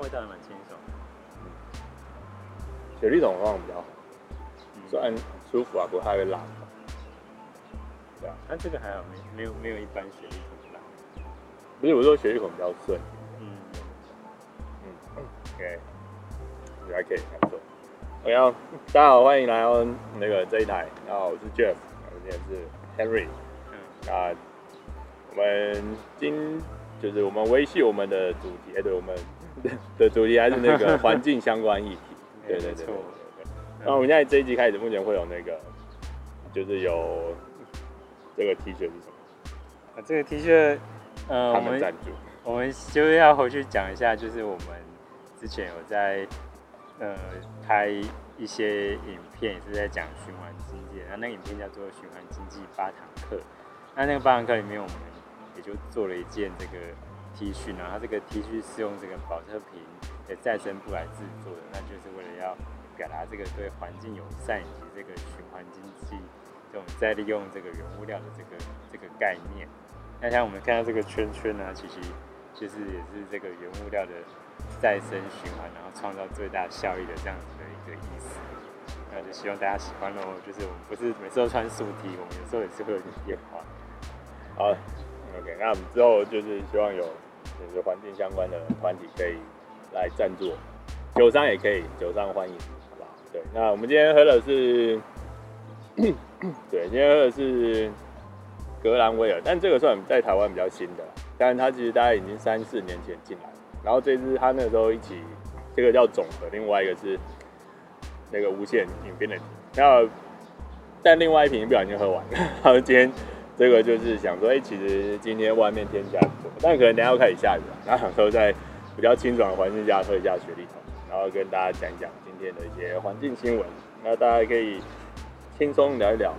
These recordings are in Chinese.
味道还蛮清爽的。 雪莉桶的话比较好，虽然舒服啊，不过它会辣。对啊， 它这个还好，没有一般雪莉桶辣。 不是我说雪莉桶比较顺。OK， 你还可以感受。OK， 大家好，欢迎来到那个这一台。然后我是 Jeff， 我今天是 Henry。我们就是我们维系我们的主题，对，我们的主题还是那个环境相关议题。对。然后我们现在这一集开始，目前会有那个，就是有这个 T 恤是什么？ 这个 T 恤， 他们赞助。 我们就要回去讲一下，就是我们之前有在拍一些影片，也是在讲循环经济的。那个影片叫做《循环经济8堂课》。那个8堂课里面，我们也就做了一件这个 T 恤，然后它这个 T 恤是用这个保特瓶的再生布来制作的，那就是为了要表达这个对环境友善以及这个循环经济这种再利用这个原物料的这个概念。那像我们看到这个圈圈呢，其实就是也是这个原物料的再生循环，然后创造最大效益的这样子的一个意思。那就希望大家喜欢咯，就是我们不是每次都穿素 T， 我们有时候也是会有点变化。 好 ，OK， 那我们之后就是希望有就是环境相关的团体可以来赞助，酒商也可以，酒商欢迎，好不好？对，那我们今天喝的是，对，今天喝的是格兰威尔，但这个算在台湾比较新的，但是它其实大概已经3-4年前进来，然后这支它那个时候一起，这个叫总和，另外一个是那个无限Infinity，但另外一瓶不小心喝完了，然后今天。这个就是想说，其实今天外面天气还不错，但可能等一下又开始下雨了。然后想说在比较清爽的环境下喝一下雪莉桶，然后跟大家讲一讲今天的一些环境新闻，那大家可以轻松聊一聊。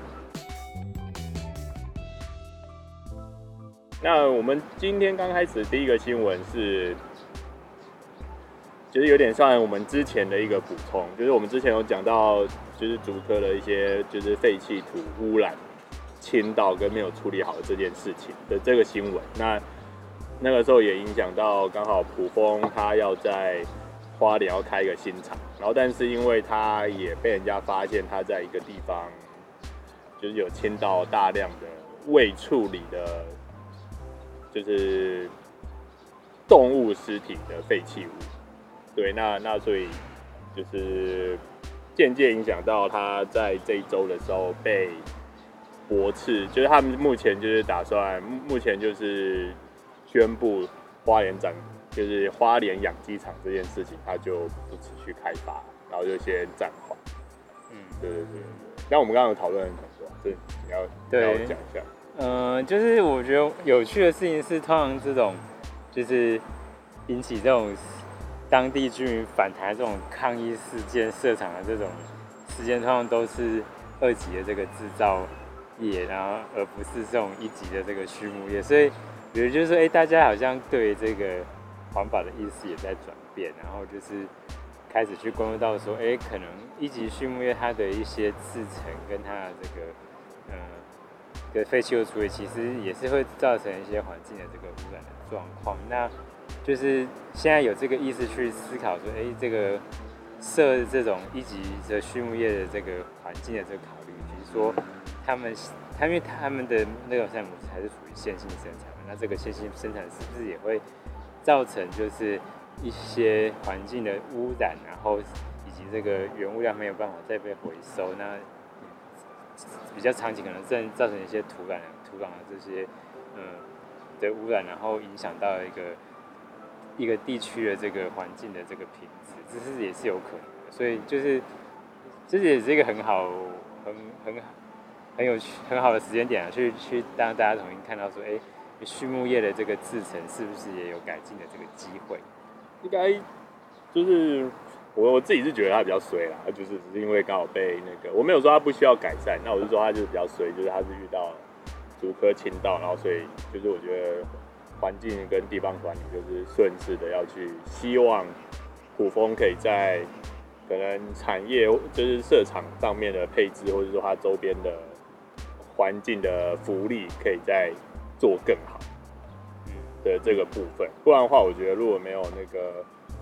那我们今天刚开始第一个新闻是，就是有点算我们之前的一个补充，就是我们之前有讲到，就是竹科的一些就是废弃土污染。倾倒跟没有处理好这件事情的这个新闻，那个时候也影响到刚好卜蜂他要在花莲要开一个新厂，然后但是因为他也被人家发现他在一个地方就是有倾倒大量的未处理的，就是动物尸体的废弃物，对，那所以就是间接影响到他在这一周的时候被。驳斥，就是他们目前就是打算，目前就是宣布花莲就是花莲养鸡场这件事情，他就不持续开发，然后就先暂缓。对。那我们刚刚有讨论很多，这你要讲一下。 就是我觉得有趣的事情是，通常这种就是引起这种当地居民反弹这种抗议事件、设厂的这种事件，通常都是2级的这个制造。然后而不是这种1级的这个畜牧业，所以比如就是说，大家好像对这个环保的意识也在转变，然后就是开始去关注到说，可能1级畜牧业它的一些制程跟它的这个的废弃物处理，其实也是会造成一些环境的这个污染的状况。那就是现在有这个意识去思考说，这个设这种1级的畜牧业的这个环境的这个考虑，比如说。因为他们的那种生产模式还是属于线性生产，那这个线性生产是不是也会造成就是一些环境的污染，然后以及这个原物料没有办法再被回收？那比较长期可能造成一些土壤的这些的污染，然后影响到一个地区的这个环境的这个品质，这是也是有可能的。所以就是这也是一个很好的时间点去让大家重新看到说，畜牧业的这个制程是不是也有改进的这个机会？ 应该就是我自己是觉得他比较衰啦，就是只是因为刚好被那个，我没有说他不需要改善，那我是说他就是比较衰，就是他是遇到竹科倾倒，然后所以就是我觉得环境跟地方管理就是顺势的要去希望卜蜂可以在可能产业就是设厂上面的配置，或者说它周边的环境的福利可以再做更好的这个部分。不然的话，我觉得如果没有那个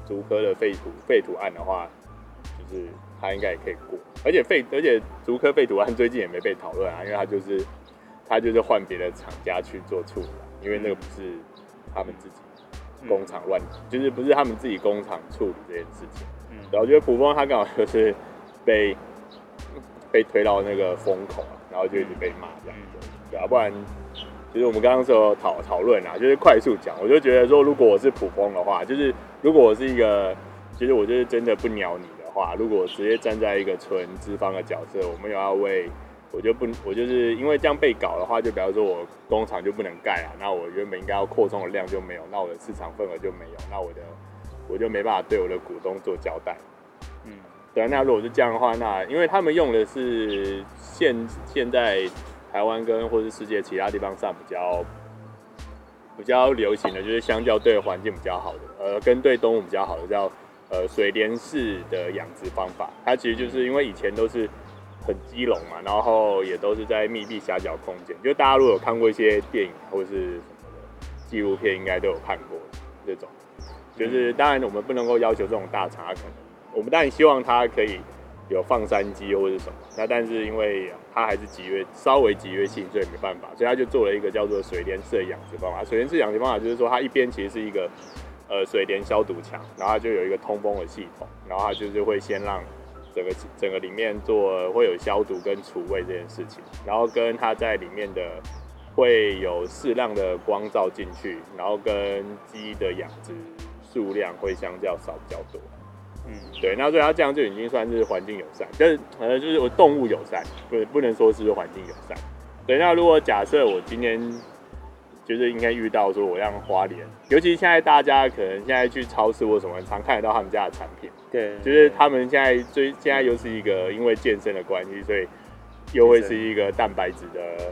竹科的废土案的话，就是它应该也可以过。而且竹科废土案最近也没被讨论啊，因为它就是换别的厂家去做处理啊，因为那个不是他们自己工厂就是不是他们自己工厂处理这件事情。然后我觉得卜蜂它刚好就是被推到那个风口啊，然后就一直被骂这样子，对啊，不然其实我们刚刚说讨论啊，就是快速讲，我就觉得说，如果我是卜蜂的话，就是如果我是一个，其实我就是真的不鸟你的话，如果我直接站在一个纯资方的角色，我没有要为，我就是因为这样被搞的话，就比方说我工厂就不能盖啊，那我原本应该要扩充的量就没有，那我的市场份额就没有，那我就没办法对我的股东做交代。对啊，那如果是这样的话，那因为他们用的是现在台湾跟或是世界其他地方上比较流行的，就是相较对环境比较好的，跟对动物比较好的叫水帘式的养殖方法。它其实就是因为以前都是很鸡笼嘛，然后也都是在密闭狭小空间。就大家如果有看过一些电影或是什么的纪录片，应该都有看过这种。就是当然我们不能够要求这种大厂，可能我们当然希望它可以有放山鸡或者什么，那但是因为它还是稍微集约性，所以没办法，所以他就做了一个叫做水帘式的养殖方法。水帘式养殖方法就是说，它一边其实是一个水帘消毒墙，然后它就有一个通风的系统，然后它就是会先让整个里面会有消毒跟除味这件事情，然后跟它在里面的会有适量的光照进去，然后跟鸡的养殖数量会相较少比较多。对，那所以它这样就已经算是环境友善，就是我动物友善，不能说是环境友善。对，那如果假设我今天就是应该遇到说我让花莲，尤其现在大家可能现在去超市或什么，常看得到他们家的产品， 对， 就是他们现在又是一个因为健身的关系，所以又会是一个蛋白质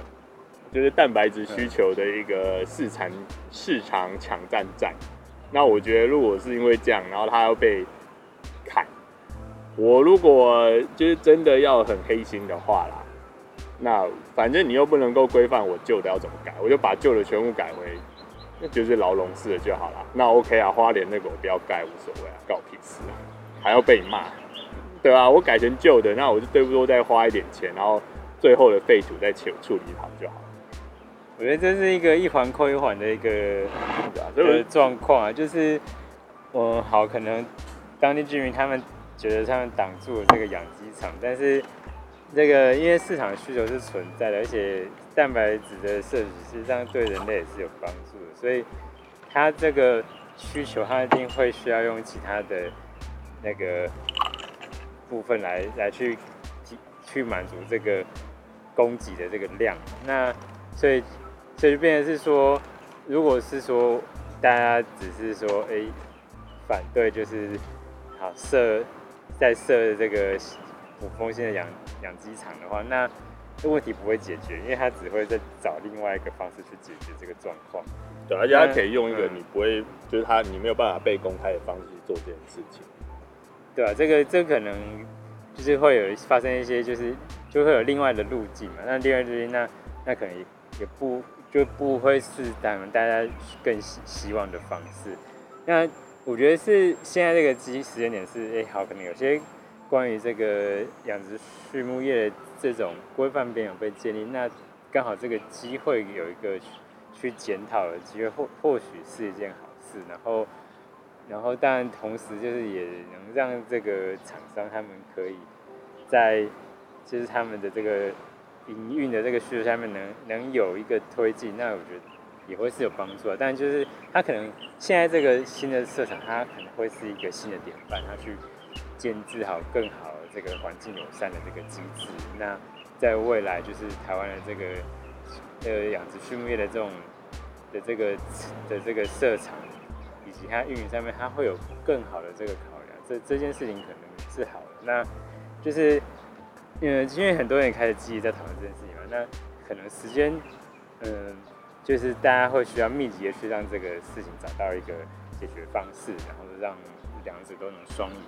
需求的一个市场抢占战。那我觉得如果是因为这样，然后它要被砍，我如果就是真的要很黑心的话啦，那反正你又不能够规范我旧的要怎么改，我就把旧的全部改回，那就是牢笼式的就好了。那 OK 啊，花莲那个我不要盖无所谓啊，告屁事啊，还要被你骂，对吧？我改成旧的，那我就对不多再花一点钱，然后最后的废土再处理好就好。 我觉得这是一个一环扣一环的一个状况啊，就是好，可能当地居民他们觉得他们挡住了这个养鸡场，但是这个因为市场需求是存在的，而且蛋白质的摄取事实上对人类也是有帮助的，所以它这个需求它一定会需要用其他的那个部分来去满足这个供给的这个量，那所以就变成是说，如果是说大家只是说反对就是好设这个捕风性的养鸡场的话，那这问题不会解决，因为它只会再找另外一个方式去解决这个状况。 对，而且它可以用一个你不会，就是你没有办法被公开的方式去做这件事情。 对啊，这可能就是会有发生一些，就会有另外的路径嘛。那另外路径，那可能也不会是大家更希望的方式。那我觉得是现在这个时间点是，好，可能有些关于这个养殖畜牧业的这种规范边有被建立，那刚好这个机会有一个去检讨的机会，或许是一件好事。然后当然同时就是也能让这个厂商他们可以在就是他们的这个营运的这个需求下面能有一个推进，那我觉得也会是有帮助的。但就是它可能现在这个新的市场，它可能会是一个新的典范，它去建制好更好的这个环境友善的这个机制。那在未来就是台湾的这个养殖畜牧业的这个设厂以及它运营上面，它会有更好的这个考量。这件事情可能是好的。那就是因为很多人也开始积极在讨论这件事情嘛，那可能时间就是大家会需要密集的去让这个事情找到一个解决方式，然后让两者都能双赢。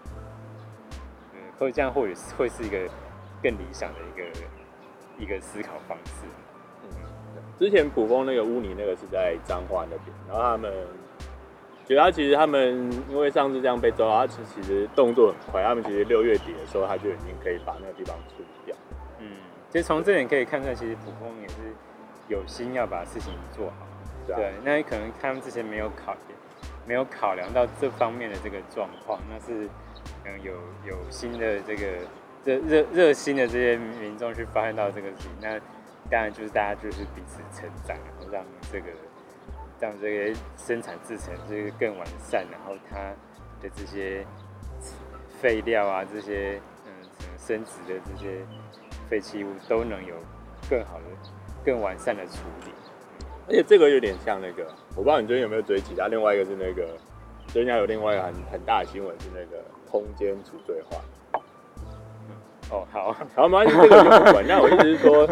这样或许会是一个更理想的一个思考方式。 之前卜蜂那个乌尼那个是在彰化那边，然后他们觉得其实他们因为上次这样被抓到，他其实动作很快，他们其实6月底的时候他就已经可以把那个地方处理掉。 其实从这点可以看出来，其实卜蜂也是有心要把事情做好。对，那可能他们之前没有考量到这方面的这个状况，那是有新的这个热心的这些民众去发现到这个事情，那当然就是大家就是彼此成长，然后让这个生产制程这个更完善，然后它的这些废料啊，这些生殖的这些废弃物都能有更好的、更完善的处理。 而且这个有点像那个，我不知道你最近有没有追其他，另外一个是那个最近还有另外一个很大的新闻是那个空间除罪化。 好， 没关系，这个就不管。那我意思是说，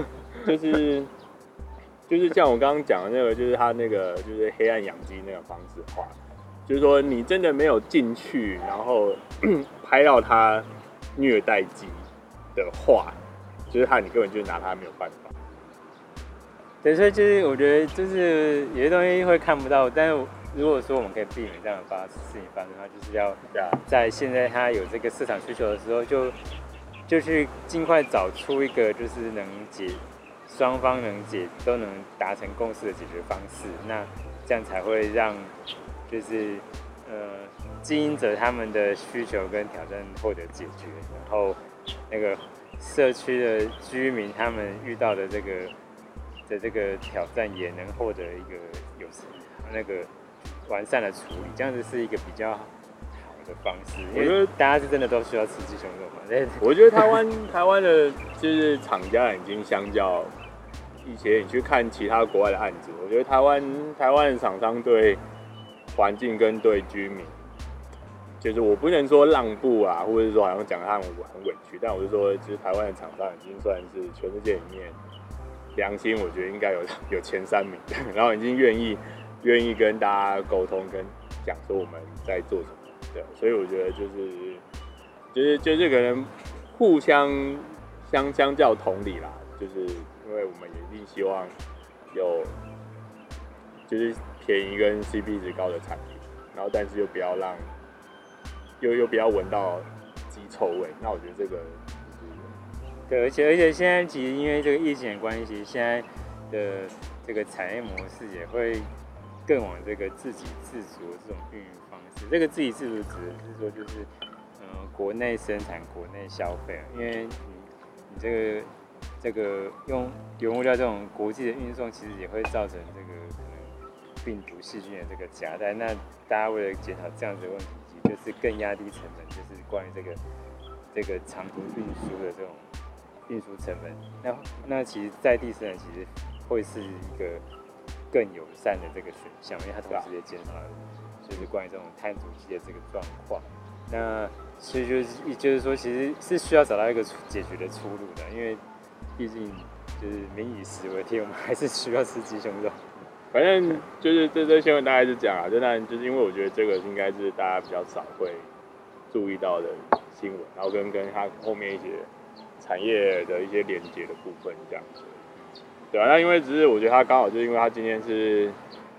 就是像我刚刚讲的那个，就是他那个就是黑暗养鸡那个方式的话，就是说你真的没有进去，然后拍到他虐待鸡的话，就是你根本就拿他没有办法。 对，所以就是我觉得就是有些东西会看不到，但是如果说我们可以避免这样的事情发生的话，就是要在现在它有这个市场需求的时候，就去尽快找出一个就是双方都能达成共识的解决方式，那这样才会让就是经营者他们的需求跟挑战获得解决，然后那个社区的居民他们遇到的这个挑战也能获得一个那个完善的处理，这样子是一个比较好的方式。因为大家是真的都需要吃鸡胸肉嘛。 我觉得台湾的就是厂家已经相较以前你去看其他国外的案子，我觉得台湾的厂商对环境跟对居民，就是我不能说让步啊，或者是说好像讲他们很委屈，但我是说，其实台湾的厂商已经算是全世界里面良心，我觉得应该有前3名的，然后已经愿意跟大家沟通，跟讲说我们在做什么，对，所以我觉得就是可能互相相较同理啦，就是因为我们也一定希望有就是便宜跟 CP 值高的产品，然后但是又不要让又不要闻到鸡臭味，那我觉得这个对，而且现在其实因为这个疫情的关系，现在的这个产业模式也会更往这个自给自足的这种运营方式。这个自给自足指的是说，就是国内生产、国内消费，因为你这个用原物料这种国际的运送，其实也会造成这个可能病毒细菌的这个夹带。那大家为了检讨这样子的问题，就是更压低成本，就是关于这个长途运输的这种运输成本。那其实在地生产其实会是一个更友善的这个选项，因为它同时也减少了就是关于这种碳足迹的这个状况。那所以就是说，其实是需要找到一个解决的出路的，因为毕竟就是民以食为天，我们还是需要吃鸡胸肉。 反正就是这新闻大概是这样啊，就是因为我觉得这个应该是大家比较少会注意到的新闻，然后跟它后面一些产业的一些连接的部分这样子。对啊，那因为只是我觉得他刚好就是因为他今天是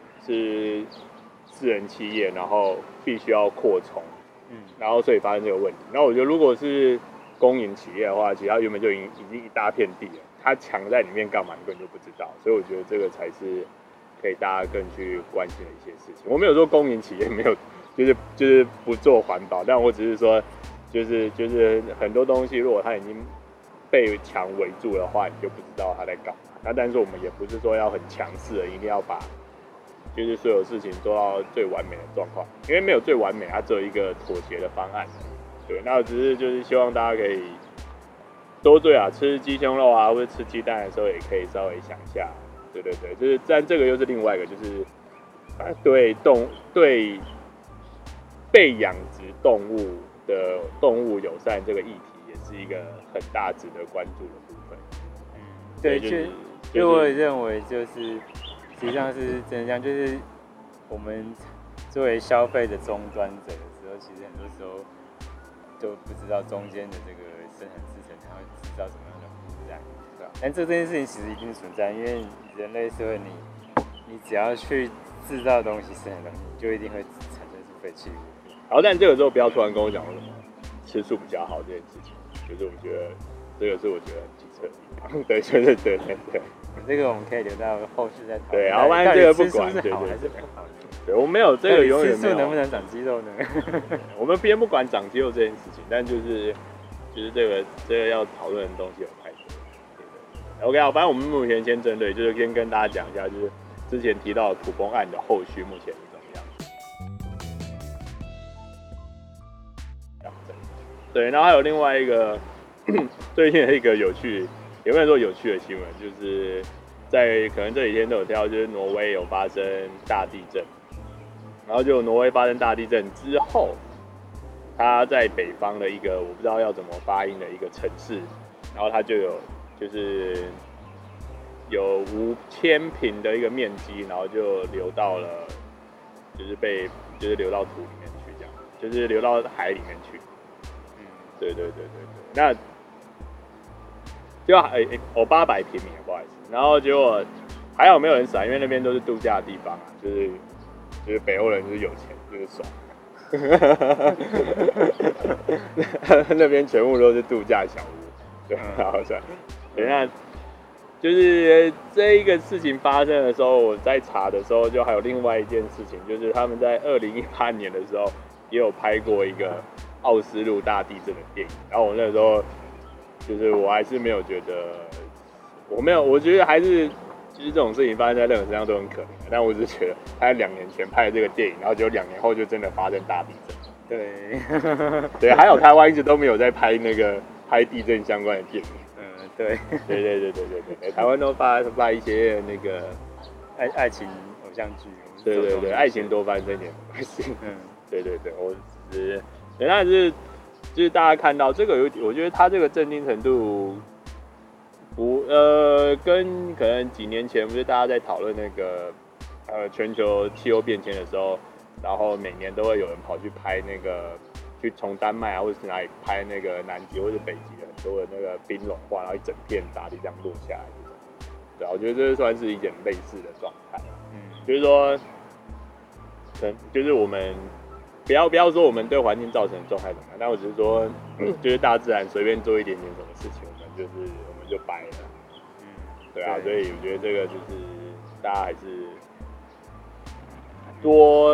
私人企业，然后必须要扩充，然后所以发生这个问题。那我觉得如果是公营企业的话，其实它原本就已经一大片地了，它藏在里面干嘛，你根本就不知道。所以我觉得这个才是可以大家更去关心的一些事情。我没有说公营企业没有，就是不做环保，但我只是说，就是很多东西，如果它已经被墙围住的话，你就不知道它在干嘛。那但是我们也不是说要很强势的，一定要把就是所有事情做到最完美的状况，因为没有最完美，它只有一个妥协的方案。对，那只是就是希望大家可以多对啊，吃鸡胸肉啊，或者吃鸡蛋的时候，也可以稍微想一下。对，就是但这个又是另外一个，就是对被养殖动物的动物友善这个议题，也是一个很大值得关注的部分。 对，就我也认为，就是实际上是真的这样，就是我们作为消费的终端者的时候，其实很多时候都不知道中间的这个生产制程它会制造什么样的污染，对吧？但这件事情其实一定存在，因为人类社会你只要去制造东西、生产东西，你就一定会产废弃物。 然后但这个时候不要突然跟我讲说什么吃素比较好这件事情，就是我觉得这个是我觉得很机车的地方。对，对。 这个我们可以留到后续再讨论。 对，好，反正这个不管， 对，好还是不好？ 对，我没有这个永远没有。 吃素能不能长肌肉呢？ 我们先不管长肌肉这件事情，但就是这个要讨论的东西有太多。OK， 好，反正我们目前先针对，就是先跟大家讲一下，就是之前提到的土崩案的后续目前是怎么样。对，然后还有另外一个最近的一个有趣，也不能说有趣的新闻，就是在可能这几天都有听到，就是挪威有发生大地震，然后就挪威发生大地震之后，它在北方的一个我不知道要怎么发音的一个城市，然后它就就是有5000平的一个面积，然后就流到了，就是流到土里面去，这样，就是流到海里面去。对，那就800平米，不好意思。然后结果还好没有人死，因为那边都是度假的地方啊，就是北欧人就是有钱就是爽，那边全部都是度假小屋，对，好帅。等一下，就是这一个事情发生的时候，我在查的时候，就还有另外一件事情，就是他们在2018年的时候也有拍过一个奥斯陆大地震的电影，然后我那时候就是我还是没有觉得，我觉得还是就是这种事情发生在任何身上都很可怜，但我只是觉得他在2年前拍的这个电影，然后结果2年后就真的发生大地震。对，还有台湾一直都没有在拍地震相关的电影。对，台湾都发一些那个爱情偶像剧。 对，爱情多发生一点关系。对，我只是。但是就是大家看到这个我觉得他这个震惊程度跟可能几年前不是大家在讨论那个全球气候变迁的时候，然后每年都会有人跑去拍那个去从丹麦啊或者是哪里拍那个南极或者北极的很多的那个冰融化，然后一整片大地这样落下来这种。对啊，我觉得这算是一点类似的状态。就是说，就是我们。不要说我们对环境造成的状态怎么样，但我只是说，就是大自然随便做一点点什么事情，我们就掰了。对啊，所以我觉得这个就是大家还是多。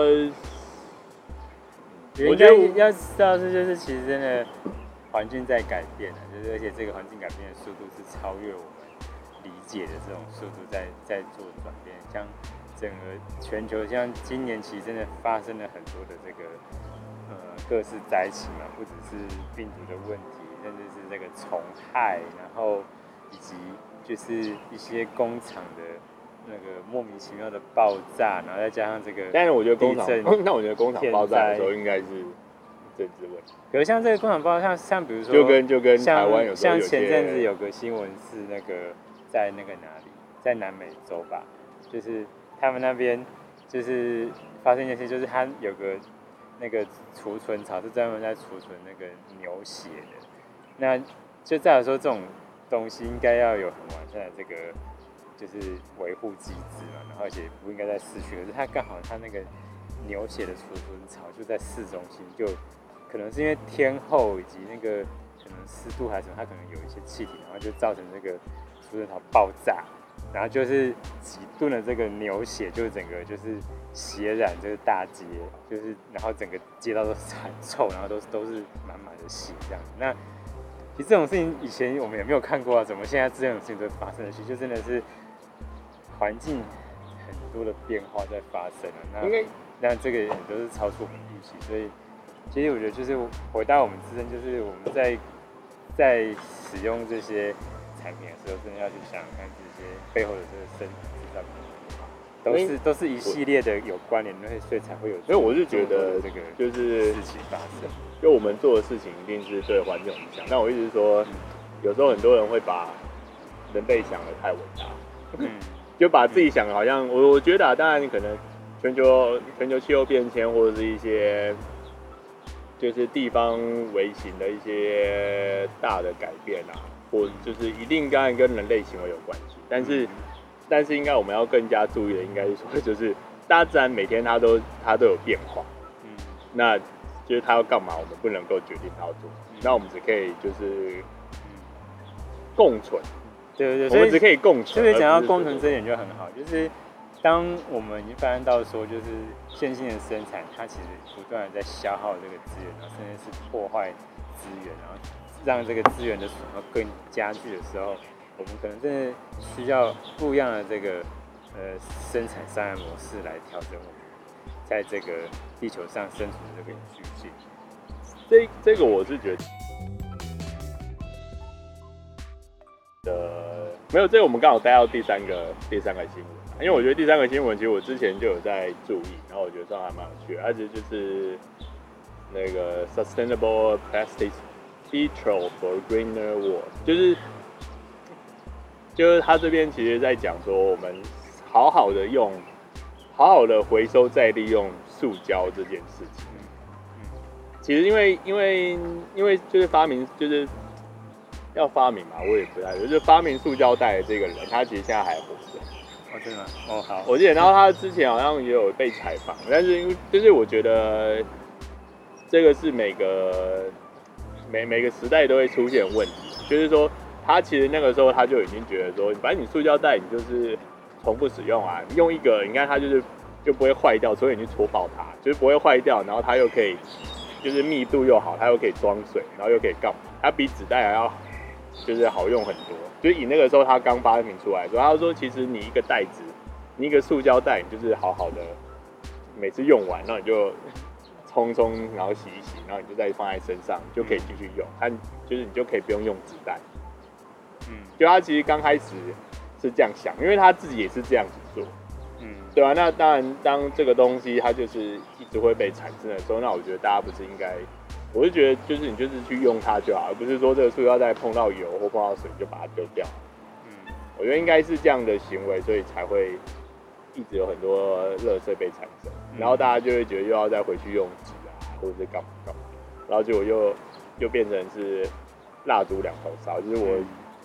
我觉得要知道是就是其实真的环境在改变了，就是而且这个环境改变的速度是超越我们理解的这种速度在做转变，像。整个全球像今年其实真的发生了很多的这个各式灾情嘛，不只是病毒的问题，甚至是这个虫害，然后以及就是一些工厂的那个莫名其妙的爆炸，然后再加上这个， 但是我觉得工厂爆炸的时候应该是政治问题。 可是像这个工厂爆炸，像比如说就跟台湾有时候像前阵子有个新闻是那个在那个哪里，在南美洲吧，就是他们那边就是发生一件事，就是他有个那个储存槽是专门在储存那个牛血的，那就照理说这种东西应该要有很完善的这个就是维护机制嘛，然后而且不应该在市区，可是他刚好他那个牛血的储存槽就在市中心，就可能是因为天候以及那个可能湿度还是什么，它可能有一些气体，然后就造成这个储存槽爆炸。然后就是几吨的这个牛血，就整个就是血染这个大街，就是然后整个街道都是很臭，然后都是满满的血这样子。那其实这种事情以前我们也没有看过啊，怎么现在这种事情都发生了？其实就真的是环境很多的变化在发生了。那这个也都是超出我们预期，所以其实我觉得就是回到我们自身，就是我们在使用这些产品的时候，真的要去想看这些背后的这个生产制造过程，都是一系列的有关联的，所以才会有。 所以我是觉得这个就是事情发生， 就我们做的事情一定是对环境有影响。但我一直说，有时候很多人会把人类想得太伟大，就把自己想的好像我觉得当然你可能全球气候变迁或者是一些就是地方微型的一些大的改变啊。或就是一定当然跟人类行为有关系，但是应该我们要更加注意的，应该是说就是大自然每天它都有变化， 那就是他要干嘛，我们不能够决定他要做，那我们只可以就是共存。 对， 我们只可以共存。 所以讲到共存这点就很好，就是当我们已经发现到说，就是线性的生产，它其实不断的在消耗这个资源，然后甚至是破坏资源，然后让这个资源的损耗更加剧的时候，我们可能真的需要不一样的这个生产商业模式来调整我们在这个地球上生存的这个永续性。 这个我是觉得。没有，这个我们刚好带到第三个新闻，因为我觉得第三个新闻其实我之前就有在注意，然后我觉得这还蛮有趣的，而且就是那个 Sustainable Plastics Feature for Greener World， 就是他这边其实在讲说我们好好的回收再利用塑胶这件事情。其实因为就是发明就是。要发明嘛，我也不太懂。就是发明塑胶袋的这个人，他其实现在还活着。 哦，真的吗？哦，好。 我记得，然后他之前好像也有被采访，但是因为就是我觉得这个是每个时代都会出现问题。就是说，他其实那个时候他就已经觉得说，反正你塑胶袋你就是重复使用啊，你用一个，你看它就不会坏掉，所以你去戳爆它，就是不会坏掉，然后它又可以就是密度又好，它又可以装水，然后又可以干嘛？它比纸袋还要。就是好用很多，就是以那个时候他刚发明出来的时候，他说其实你一个袋子，你一个塑胶袋，你就是好好的，每次用完，然后你就冲，然后洗一洗，然后你就再放在身上，就可以继续用。它就是你就可以不用用纸袋。就他其实刚开始是这样想，因为他自己也是这样子做。对啊，那当然，当这个东西它就是一直会被产生的时候，那我觉得大家不是应该。我是觉得，就是你就是去用它就好，而不是说这个塑料袋碰到油或碰到水就把它丢掉。我觉得应该是这样的行为，所以才会一直有很多垃圾被产生，然后大家就会觉得又要再回去用纸啊，或者是干嘛，然后结果又变成是蜡烛两头烧，就是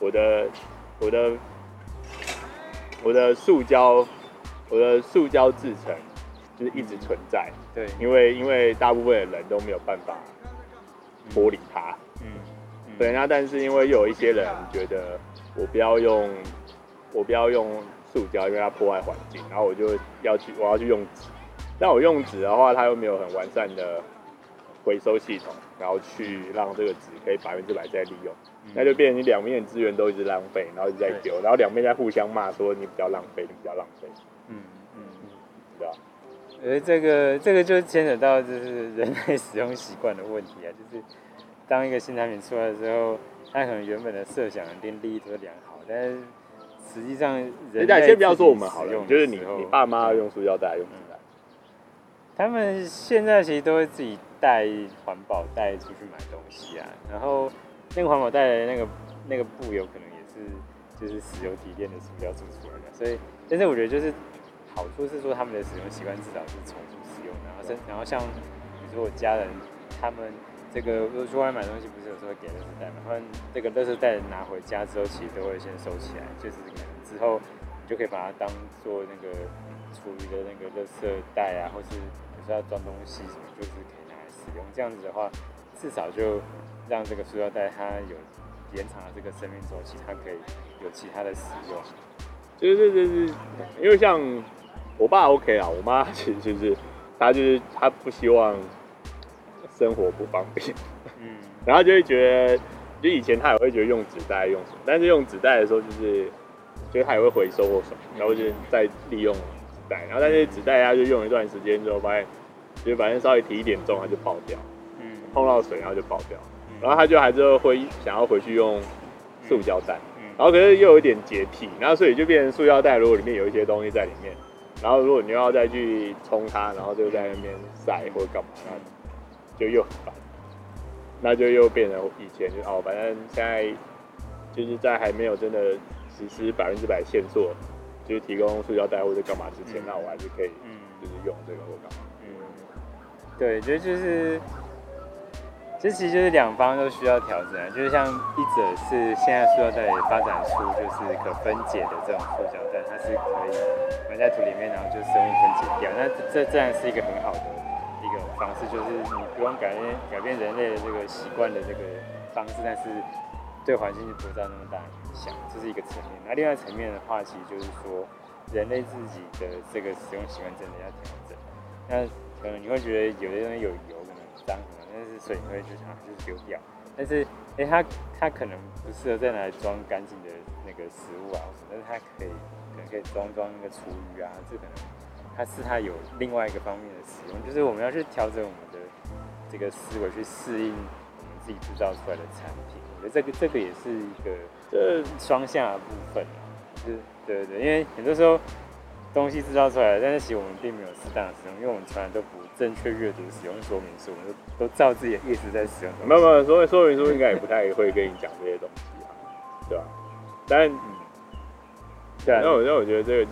我的塑胶制成就是一直存在， 对， 因为大部分的人都没有办法。脱离它，对，那但是因为又有一些人觉得我不要用塑胶，因为它破坏环境，然后我要去用纸，但我用纸的话，它又没有很完善的回收系统，然后去让这个纸可以100%再利用，那就变成你两边的资源都一直浪费，然后一直在丢，然后两边在互相骂说你比较浪费，你比较浪费，对吧？ 这个就牵扯到就是人类使用习惯的问题啊，就是当一个新产品出来的时候，它可能原本的设想跟利益都是良好，但是实际上人类先不要说我们好了，就是你爸妈用塑胶袋用纸袋， 他们现在其实都会自己带环保袋出去买东西啊，然后那个环保袋的那个布有可能也是就是石油提炼的塑料做出来的，所以但是我觉得就是好处是说他们的使用习惯至少是重复使用，然后像比如说我家人他们这个如果去外面买东西，不是有时候会给垃圾袋嘛，他们这个垃圾袋拿回家之后，其实都会先收起来，就是可能之后你就可以把它当做那个厨余的那个垃圾袋啊，或是有时候要装东西什么，就是可以拿来使用。这样子的话，至少就让这个塑料袋它有延长了这个生命周期，它可以有其他的使用。 就是因为像我爸 OK 啦，我妈其实就是她不希望生活不方便，然后就会觉得，就以前她也会觉得用纸袋用什么，但是用纸袋的时候就是她也会回收或什么，然后就再利用纸袋，然后但是纸袋她就用一段时间之后，发现就反正稍微提一点重它就爆掉，碰到水然后就爆掉，然后她就还是会想要回去用塑胶袋，然后可是又有一点洁癖，然后所以就变成塑胶袋，如果里面有一些东西在里面，然后如果你要再去冲它，然后就在那边晒或者干嘛，那就又很烦，那就又变成以前就反正现在就是在还没有真的实施100%限塑，就是提供塑胶袋或者干嘛之前，那我还是可以就是用这个或干嘛。 对，就是这其实就是两方都需要调整，就是像一者是现在塑料袋也发展出就是可分解的这种塑胶袋，它是可以埋在土里面，然后就生物分解掉，那这自然是一个很好的一个方式，就是你不用改变人类的这个习惯的这个方式，但是对环境就不会造成那么大的影响，这是一个层面。那另外层面的话，其实就是说人类自己的这个使用习惯真的要调整。那可能你会觉得有些东西有油可能脏什么，但是所以你会就是丢掉。但是它可能不适合再拿来装干净的那个食物啊，但是它可能可以装那个厨余啊，这可能它有另外一个方面的使用，就是我们要去调整我们的这个思维，去适应我们自己制造出来的产品。我觉得这个也是一个双向的部分啊，就是对，因为很多时候东西制造出来了，但是其实我们并没有适当的使用，因为我们从来都不正确阅读使用说明书，我们都照自己的意思在使用。 没有，说明书应该也不太会跟你讲这些东西啊，对吧？但对啊，那我觉得这个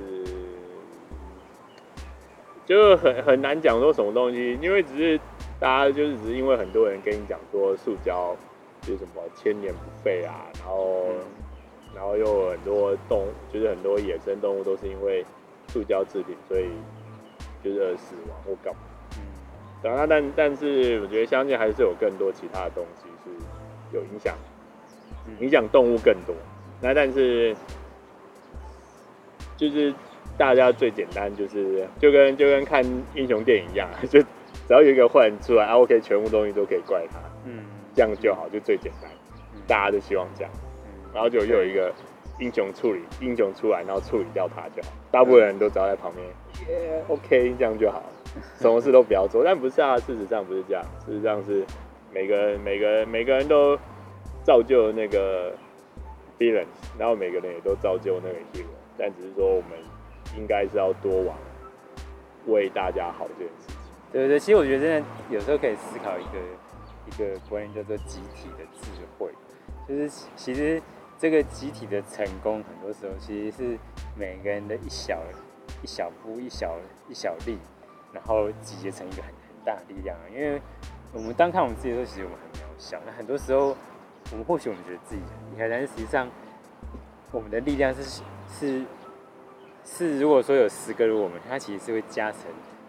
就很难讲说什么东西，因为大家只是因为很多人跟你讲说塑胶就是什么1000年不废啊，然后又有很多就是很多野生动物都是因为塑胶制品，所以就是而死亡或干嘛。对啊，但是我觉得相信还是有更多其他的东西是有影响动物更多。那但是就是大家最简单就跟看英雄电影一样，就只要有一个坏人出来，OK， 全部东西都可以怪他，这样就好，就最简单，大家都希望这样，然后就又有一个英雄出来，然后处理掉他就好，大部分人都只要在旁边，OK， 这样就好，什么事都不要做，但不是啊，事实上不是这样，事实上是每个人都造就那个 villains， 然后每个人也都造就那个 hero， 但只是说我们应该是要多往为大家好这件事情。 对，其实我觉得真的有时候可以思考一个观念叫做集体的智慧，就是其实这个集体的成功，很多时候其实是每个人的一小步、一小力，然后集结成一个很大的力量。因为我们当看我们自己的时候，其实我们很渺小。那很多时候，或许我们觉得自己很厉害，但是实际上我们的力量是如果说有10个如我们，它其实是会加成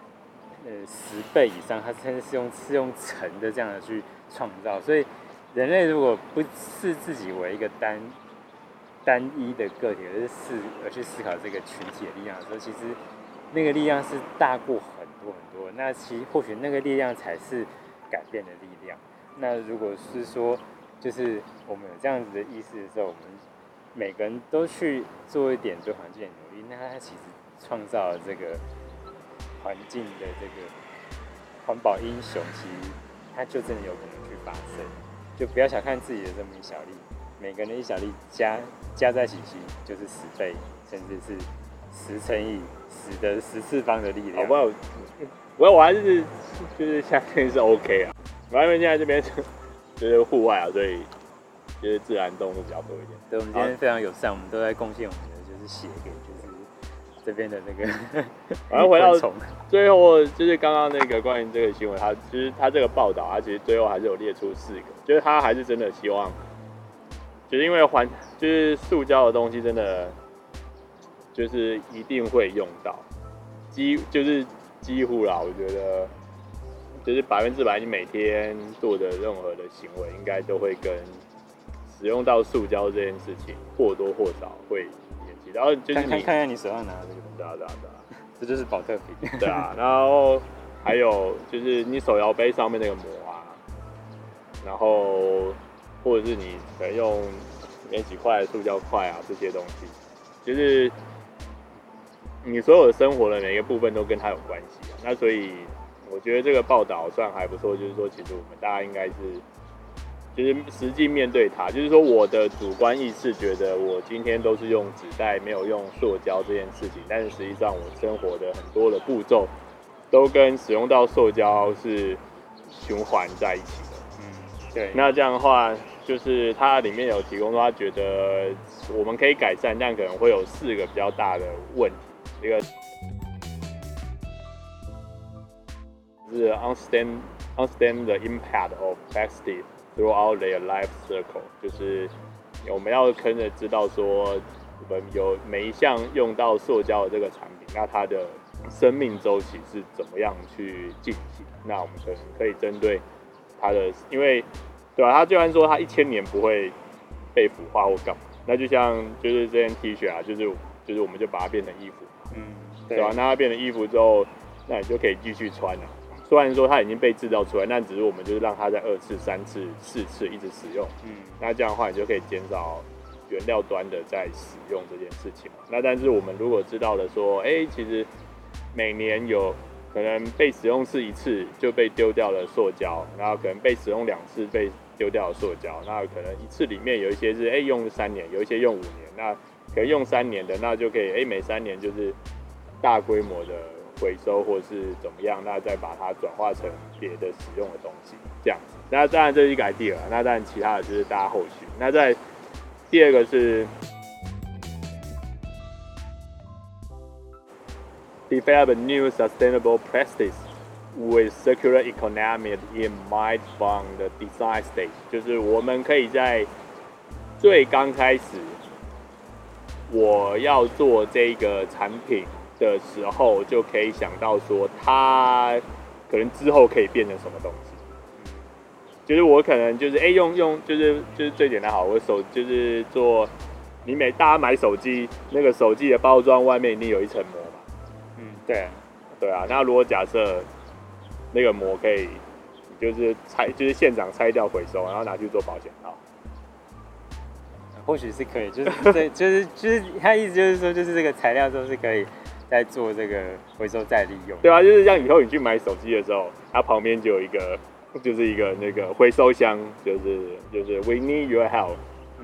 10倍以上，它甚至是用乘的这样的去创造。所以人类如果不视自己为一个单一的个体，而去思考这个群体的力量的时候，其实那个力量是大过很多。那其实或许那个力量才是改变的力量。那如果是说，就是我们有这样子的意识的时候，我们每个人都去做一点对环境的努力，那它其实创造了这个环境的这个环保英雄，其实它就真的有可能去发生。就不要小看自己的这么一小力，每个人的一小力加在一起，就是10倍，甚至是10乘以10的10次方的力量。 好不好？我还是就是夏天是 OK 啊，因为现在这边就是户外啊，所以就是自然动物比较多一点。 对，我们今天非常友善，我们都在贡献我们的就是血给就是这边的那个。 反正回到最后，就是刚刚那个关于这个新闻，他这个报道，他其实最后还是有列出4个，就是他还是真的希望，就是因为就是塑胶的东西真的就是一定会用到，几乎啦，我觉得就是100%你每天做的任何的行为，应该都会跟使用到塑胶这件事情或多或少会联系。然后就是看一下你手上拿的这个东西， 对啊， 这就是保特瓶。 对啊，然后还有就是你手摇杯上面那个膜啊，然后或者是你可能用免洗块、塑胶块啊这些东西，就是你所有的生活的每一个部分都跟它有关系啊。那所以我觉得这个报道算还不错，就是说其实我们大家应该是就是实际面对它，就是说我的主观意识觉得我今天都是用纸袋，没有用塑胶这件事情，但是实际上我生活的很多的步骤都跟使用到塑胶是循环在一起的。 对。 那这样的话，就是它里面有提供说，他觉得我们可以改善，但可能会有4个比较大的问题。一个是 understand the impact of plastic throughout their life cycle， 就是我们要跟着知道说，我们有每一项用到塑胶的这个产品，那它的生命周期是怎么样去进行。那我们可能可以针对它的，因为对吧、它就算说它1000年不会被腐化或干嘛，那就像就是这件 T 恤啊，就是我们就把它变成衣服嘛，对吧、那它变成衣服之后，那你就可以继续穿了。虽然说它已经被制造出来，但只是我们就是让它在2次、3次、4次一直使用。那这样的话，你就可以减少原料端的在使用这件事情嘛。那但是我们如果知道了说，其实每年有可能被使用1次就被丢掉了塑胶，然后可能被使用2次被丢掉了塑胶，那可能1次里面有一些是用3年，有一些用5年，那可能用3年的，那就可以每3年就是大规模的回收或是怎么样，那再把它转化成别的使用的东西，这样子。那当然这是一个 idea， 那当然其他的就是大家后续。那在第二个是 develop a new sustainable practice with circular economy in mind from the design stage， 就是我们可以在最刚开始我要做这个产品的时候，就可以想到说它可能之后可以变成什么东西。就是我可能就是用就是最简单好，我就是做大家买手机，那个手机的包装外面一定有一层膜嘛。对啊。那如果假设那个膜可以就是现场拆掉回收，然后拿去做保险套。 或许是可以，就是他意思就是说，就是这个材料都是可以在做这个回收再利用。 对啊，就是像以后你去买手机的时候，它旁边就有一个那个回收箱，就是 We need your help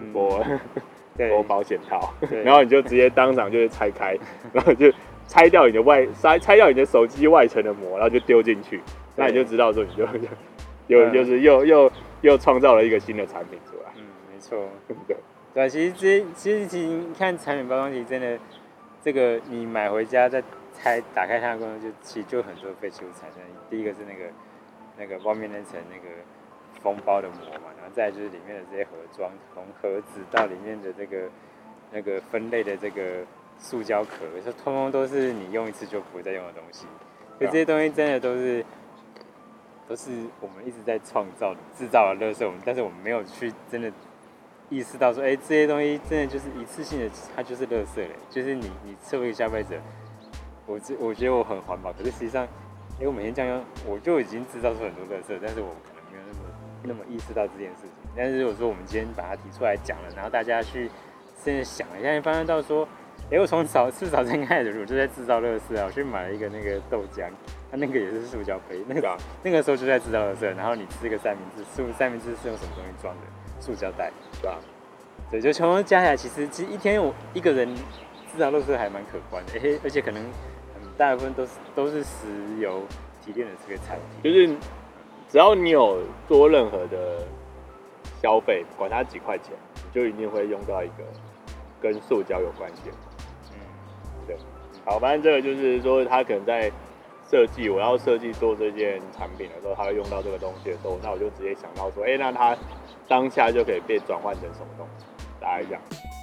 for 保险套，然后你就直接当场就是拆开，然后就拆掉你的手机外层的膜，然后就丢进去，那你就知道说你就是又创造了一个新的产品出来。 没错。 对， 其实你看产品包装，其实真的这个你买回家再打开它的过程其实就有很多废弃物产生。第一个是那个外面那层那个封包的膜嘛，然后再来就是里面的这些盒装，从盒子到里面的那个分类的这个塑胶壳，通通都是你用一次就不会再用的东西。所以这些东西真的都是我们一直在制造的垃圾，但是我们没有去真的意识到说，这些东西真的就是一次性的，它就是垃圾嘞。就是你作为一个消费者，我觉得我很环保，可是实际上，我每天这样用，我就已经制造出很多垃圾，但是我可能没有那么意识到这件事情。但是如果说我们今天把它提出来讲了，然后大家去真的想一下，发现到说，我从吃早餐开始，我就在制造垃圾啊。我去买了一个那个豆浆，它那个也是塑胶杯，那个时候就在制造垃圾。然后你吃个三明治是用什么东西装的？塑胶袋，对吧？对，就全部加起来，其实一天一个人制造垃圾还蛮可观的，而且可能很大部分都是石油提炼的这个产品。 就是只要你有做任何的消费，管它几块钱，你就一定会用到一个跟塑胶有关系的。对。好，反正这个就是说，他可能在我要设计做这件产品的时候，他会用到这个东西的时候，那我就直接想到说，那它当下就可以被转换成什么东西，大概这样。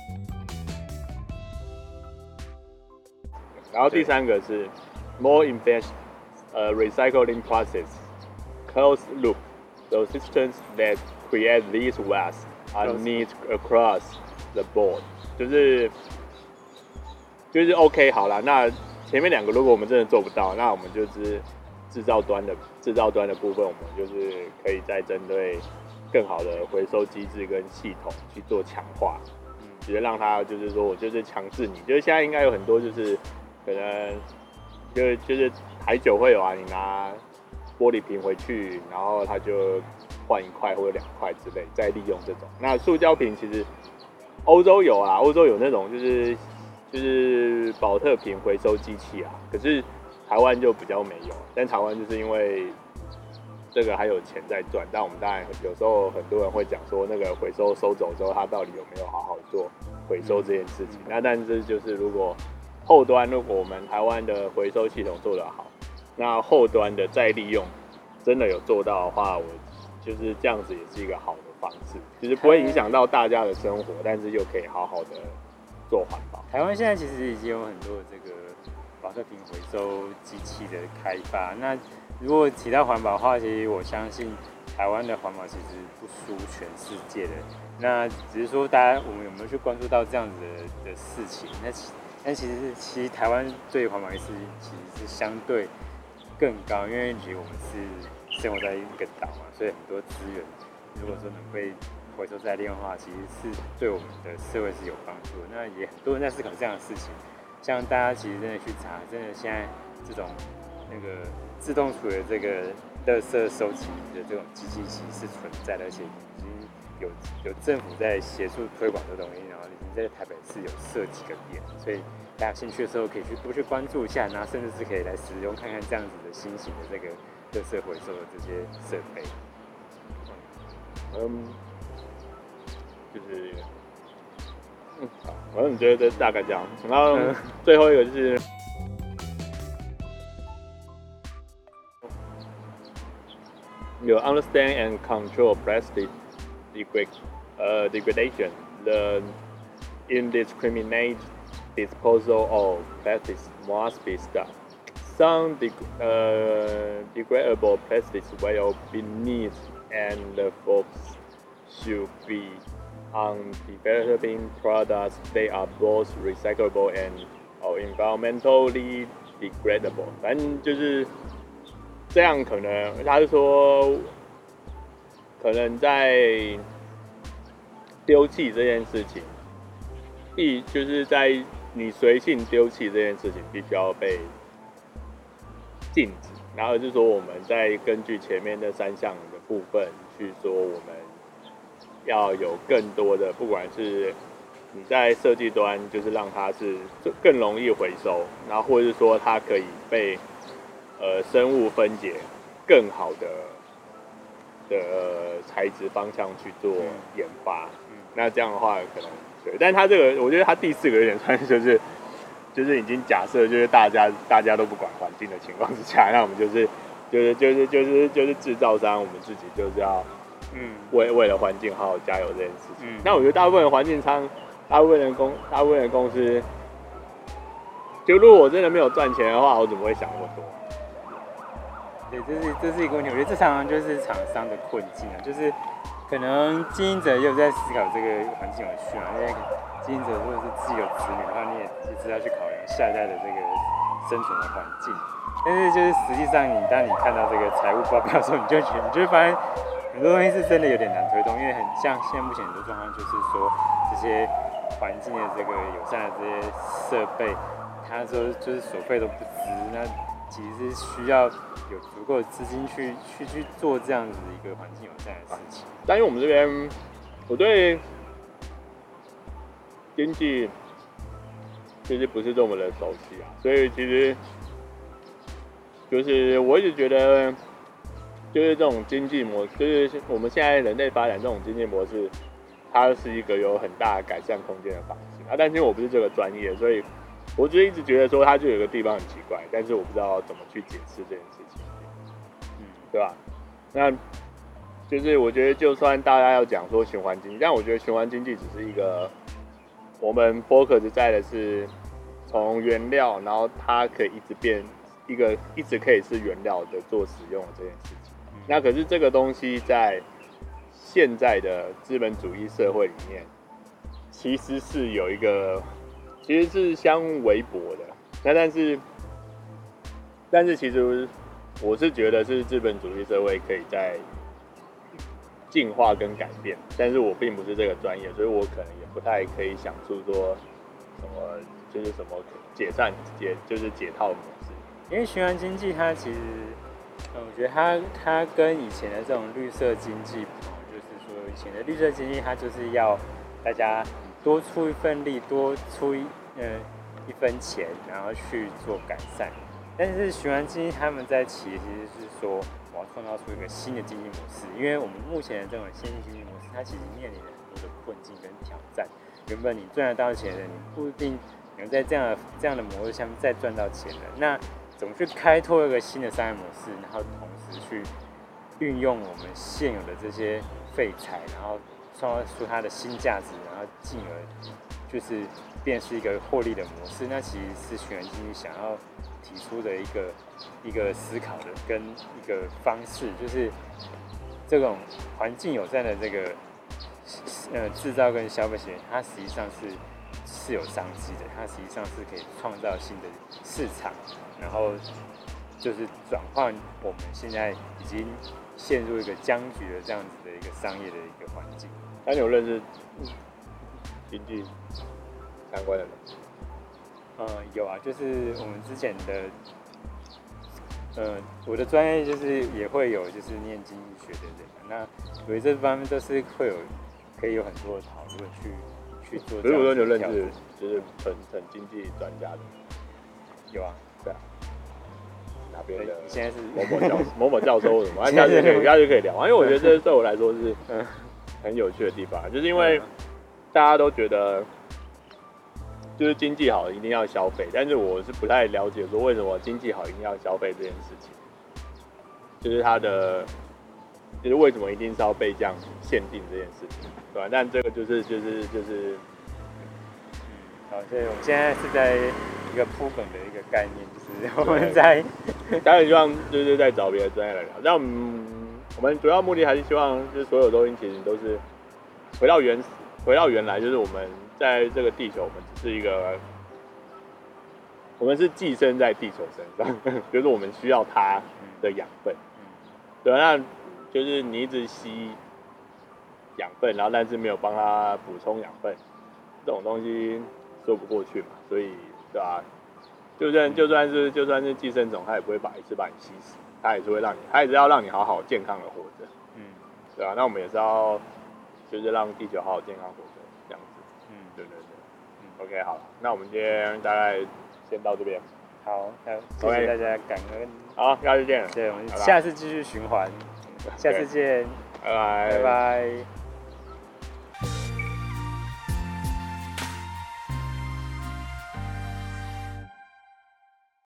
然后第三个是 more recycling process, closed loop. The systems that create these waste are neat across the board. 就是 OK 好了，那前面2个如果我们真的做不到，那我们就是制造端的部分，我们就是可以再针对更好的回收机制跟系统去做强化，直接让它就是说我就是强制你，就是现在应该有很多就是可能就是台酒会有啊，你拿玻璃瓶回去，然后它就换1块或者2块之类再利用这种。那塑胶瓶其实欧洲有啊，欧洲有那种就是保特瓶回收机器啊，可是台湾就比较没有。但台湾就是因为这个还有钱在赚，但我们当然有时候很多人会讲说，那个回收收走之后，它到底有没有好好做回收这件事情？那但是就是如果后端如果我们台湾的回收系统做得好，那后端的再利用真的有做到的话，我就是这样子也是一个好的方式，就是不会影响到大家的生活，但是又可以好好的做环保。 台湾现在其实已经有很多的这个保特瓶回收机器的开发。那如果提到环保的话，其实我相信台湾的环保其实不输全世界的。那只是说我们有没有去关注到这样子的事情？但其实台湾对环保意识其实是相对更高，因为其实我们是生活在一个岛嘛，所以很多资源如果说能被回收再利用的话，其实是对我们的社会是有帮助的。那也很多人在思考这样的事情，像大家其实真的去查，真的现在这种那个自动处理的这个垃圾收集的这种机器其实是存在的，而且已经有政府在协助推广这东西，然后已经在台北市有设几个点，所以大家有兴趣的时候可以多去关注一下，然后甚至是可以来使用看看这样子的新型的这个垃圾回收的这些设备。 就是好，反正你觉得大概这样，然后最后一个就是有 understand and control plastic degradation, the indiscriminate disposal of plastics must be stopped. Some degradable plastics will be needed and focus should be on developing products that are both recyclable and environmentally degradable. 反正就是这样，可能他是说，可能在丢弃这件事情，就是在你随性丢弃这件事情，必须要被禁止。然后就是说，我们再根据前面那3项的部分去说，我们要有更多的，不管是你在设计端，就是让它是更容易回收，然后或者是说它可以被生物分解更好的材质方向去做研发。那这样的话可能对，但他这个我觉得他第4个有点算就是已经假设就是大家都不管环境的情况之下，那我们就是制造商，我们自己就是要为了环境好好加油这件事情。那我觉得大部分的环境商，大部分的公司，就如果我真的没有赚钱的话，我怎么会想那么多？ 对，这是一个问题。我觉得这常常就是厂商的困境啊，就是可能经营者也有在思考这个环境有序嘛，因为经营者如果是自己有子女的话，你也一直要去考量下一代的这个生存的环境。但是就是实际上当你看到这个财务报表的时候，你就会发现很多东西是真的有点难推动，因为很像现在目前很多状况就是说这些环境的这个友善的这些设备，它说就是所费都不支，那其实是需要有足够的资金去做这样子一个环境友善的事情。 但因为我们这边，我对经济就是不是这么的熟悉啊，所以其实就是我一直觉得，就是这种经济模式，就是我们现在人类发展这种经济模式，它是一个有很大改善空间的方式啊。但是因为我不是这个专业，所以我就一直觉得说它就有个地方很奇怪，但是我不知道怎么去解释这件事情，对吧？那就是我觉得就算大家要讲说循环经济，但我觉得循环经济只是一个我们 focus 在的是从原料，然后它可以一直变一直可以是原料的做使用的这件事情。那可是这个东西在现在的资本主义社会里面，其实是有一个，其实是相微薄的。那但是其实我是觉得是资本主义社会可以在进化跟改变，但是我并不是这个专业，所以我可能也不太可以想出说什么就是什么就是解套模式。 因为循环经济它其实，我觉得它跟以前的这种绿色经济不同，就是说以前的绿色经济它就是要大家多出一份力，多出一分钱，然后去做改善。但是循环经济他们在其实是说，我要创造出一个新的经济模式，因为我们目前的这种现行经济模式，它其实面临了很多的困境跟挑战。原本你赚得到钱的，你不一定能在这样的模式下面再赚到钱了。那怎么去开拓一个新的商业模式，然后同时去运用我们现有的这些废材，然后创造出它的新价值，然后进而就是变是一个获利的模式，那其实是循环经济想要提出的一个思考的跟一个方式，就是这种环境友善的这个制造跟消费行为，它实际上是有商机的，它实际上是可以创造新的市场，然后就是转换我们现在已经陷入一个僵局的这样子的一个商业的一个环境。 那你有认识经济相关的人？ 有啊，就是我们之前的，我的专业就是也会有就是念经济学的人，那所以这方面都是可以有很多的讨论去做。 可是我有认识就是很经济专家的。 有啊， 对啊。哪边的？ 现在是某某教授什么？下次可以聊，因为我觉得这对我来说是很有趣的地方，就是因为大家都觉得就是经济好一定要消费，但是我是不太了解说为什么经济好一定要消费这件事情，就是就是为什么一定是要被这样限定这件事情，对吧？但这个就是， 好，所以我们现在是在一个铺梗的一个概念，就是我们在当然希望就是在找别的专业来聊，但我们主要目的还是希望就是所有东西其实都是回到原来，就是我们在这个地球，我们只是我们是寄生在地球身上，就是我们需要它的养分，对，那就是你一直吸养分，然后但是没有帮它补充养分，这种东西说不过去嘛，所以对吧？就算是寄生虫，它也不会一次把你吸死，它也是要让你好好健康的活着，对吧？那我们也是要就是让地球好好健康活着，这样子，对，OK， 好了，那我们今天大概先到这边， 好，谢谢大家，感恩， 好，下次见， 对，我们下次继续循环，下次见， 拜拜。 拜拜。